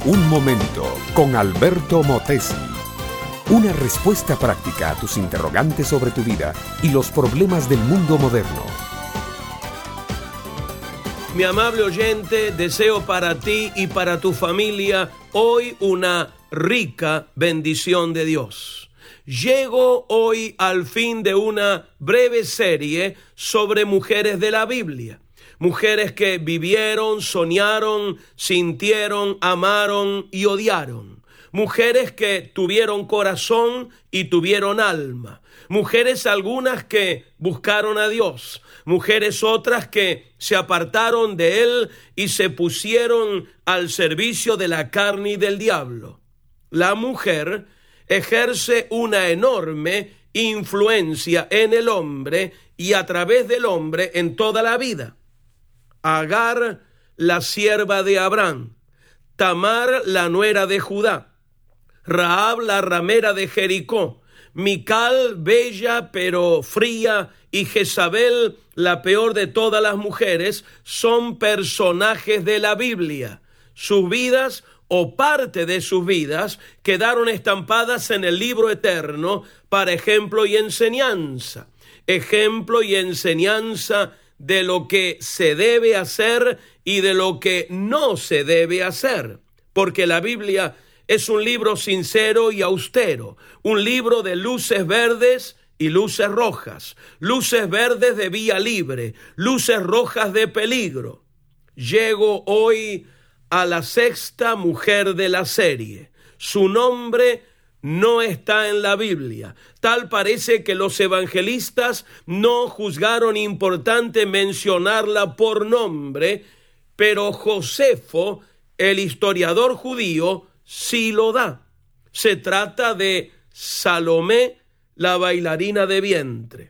Un momento con Alberto Motesi. Una respuesta práctica a tus interrogantes sobre tu vida y los problemas del mundo moderno. Mi amable oyente, deseo para ti y para tu familia hoy una rica bendición de Dios. Llego hoy al fin de una breve serie sobre mujeres de la Biblia. Mujeres que vivieron, soñaron, sintieron, amaron y odiaron. Mujeres que tuvieron corazón y tuvieron alma. Mujeres algunas que buscaron a Dios. Mujeres otras que se apartaron de Él y se pusieron al servicio de la carne y del diablo. La mujer ejerce una enorme influencia en el hombre y a través del hombre en toda la vida. Agar, la sierva de Abraham, Tamar, la nuera de Judá, Rahab, la ramera de Jericó, Mical, bella pero fría, y Jezabel, la peor de todas las mujeres, son personajes de la Biblia. Sus vidas o parte de sus vidas quedaron estampadas en el libro eterno para ejemplo y enseñanza. Ejemplo y enseñanza de lo que se debe hacer y de lo que no se debe hacer, porque la Biblia es un libro sincero y austero, un libro de luces verdes y luces rojas, luces verdes de vía libre, luces rojas de peligro. Llego hoy a la sexta mujer de la serie. Su nombre no está en la Biblia. Tal parece que los evangelistas no juzgaron importante mencionarla por nombre, pero Josefo, el historiador judío, sí lo da. Se trata de Salomé, la bailarina de vientre.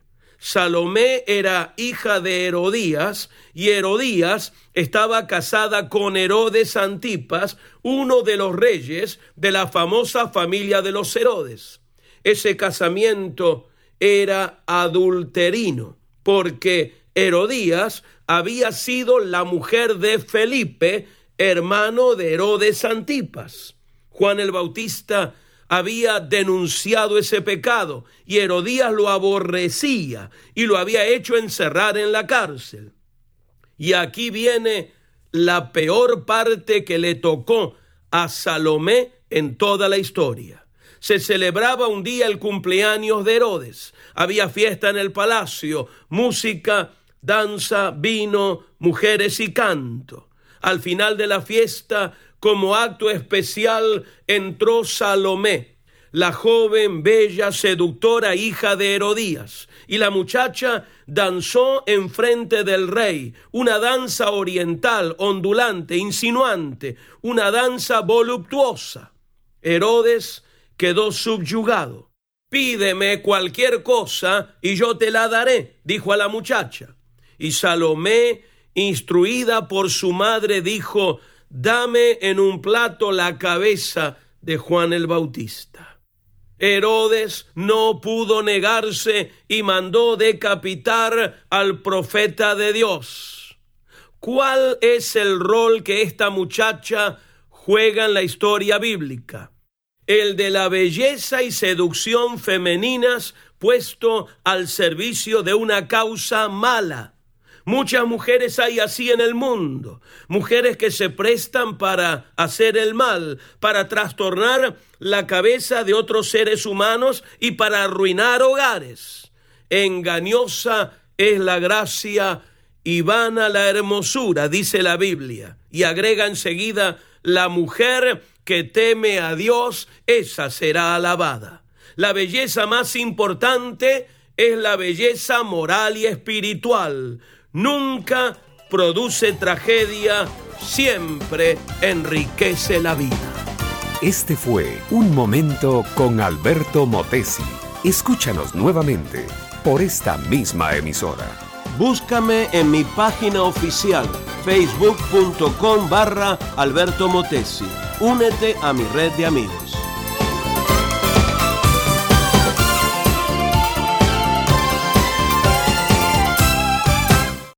Salomé era hija de Herodías y Herodías estaba casada con Herodes Antipas, uno de los reyes de la famosa familia de los Herodes. Ese casamiento era adulterino porque Herodías había sido la mujer de Felipe, hermano de Herodes Antipas. Juan el Bautista había denunciado ese pecado y Herodías lo aborrecía y lo había hecho encerrar en la cárcel. Y aquí viene la peor parte que le tocó a Salomé en toda la historia. Se celebraba un día el cumpleaños de Herodes. Había fiesta en el palacio, música, danza, vino, mujeres y canto. Al final de la fiesta, como acto especial, entró Salomé, la joven, bella, seductora hija de Herodías, y la muchacha danzó enfrente del rey, una danza oriental, ondulante, insinuante, una danza voluptuosa. Herodes quedó subyugado. «Pídeme cualquier cosa y yo te la daré», dijo a la muchacha. Y Salomé, instruida por su madre, dijo: «Dame en un plato la cabeza de Juan el Bautista». Herodes no pudo negarse y mandó decapitar al profeta de Dios. ¿Cuál es el rol que esta muchacha juega en la historia bíblica? El de la belleza y seducción femeninas puesto al servicio de una causa mala. Muchas mujeres hay así en el mundo, mujeres que se prestan para hacer el mal, para trastornar la cabeza de otros seres humanos y para arruinar hogares. Engañosa es la gracia y vana la hermosura, dice la Biblia, y agrega enseguida: la mujer que teme a Dios, esa será alabada. La belleza más importante es la belleza moral y espiritual. Nunca produce tragedia, siempre enriquece la vida. Este fue Un Momento con Alberto Motesi. Escúchanos nuevamente por esta misma emisora. Búscame en mi página oficial, facebook.com/Alberto Motesi. Únete a mi red de amigos.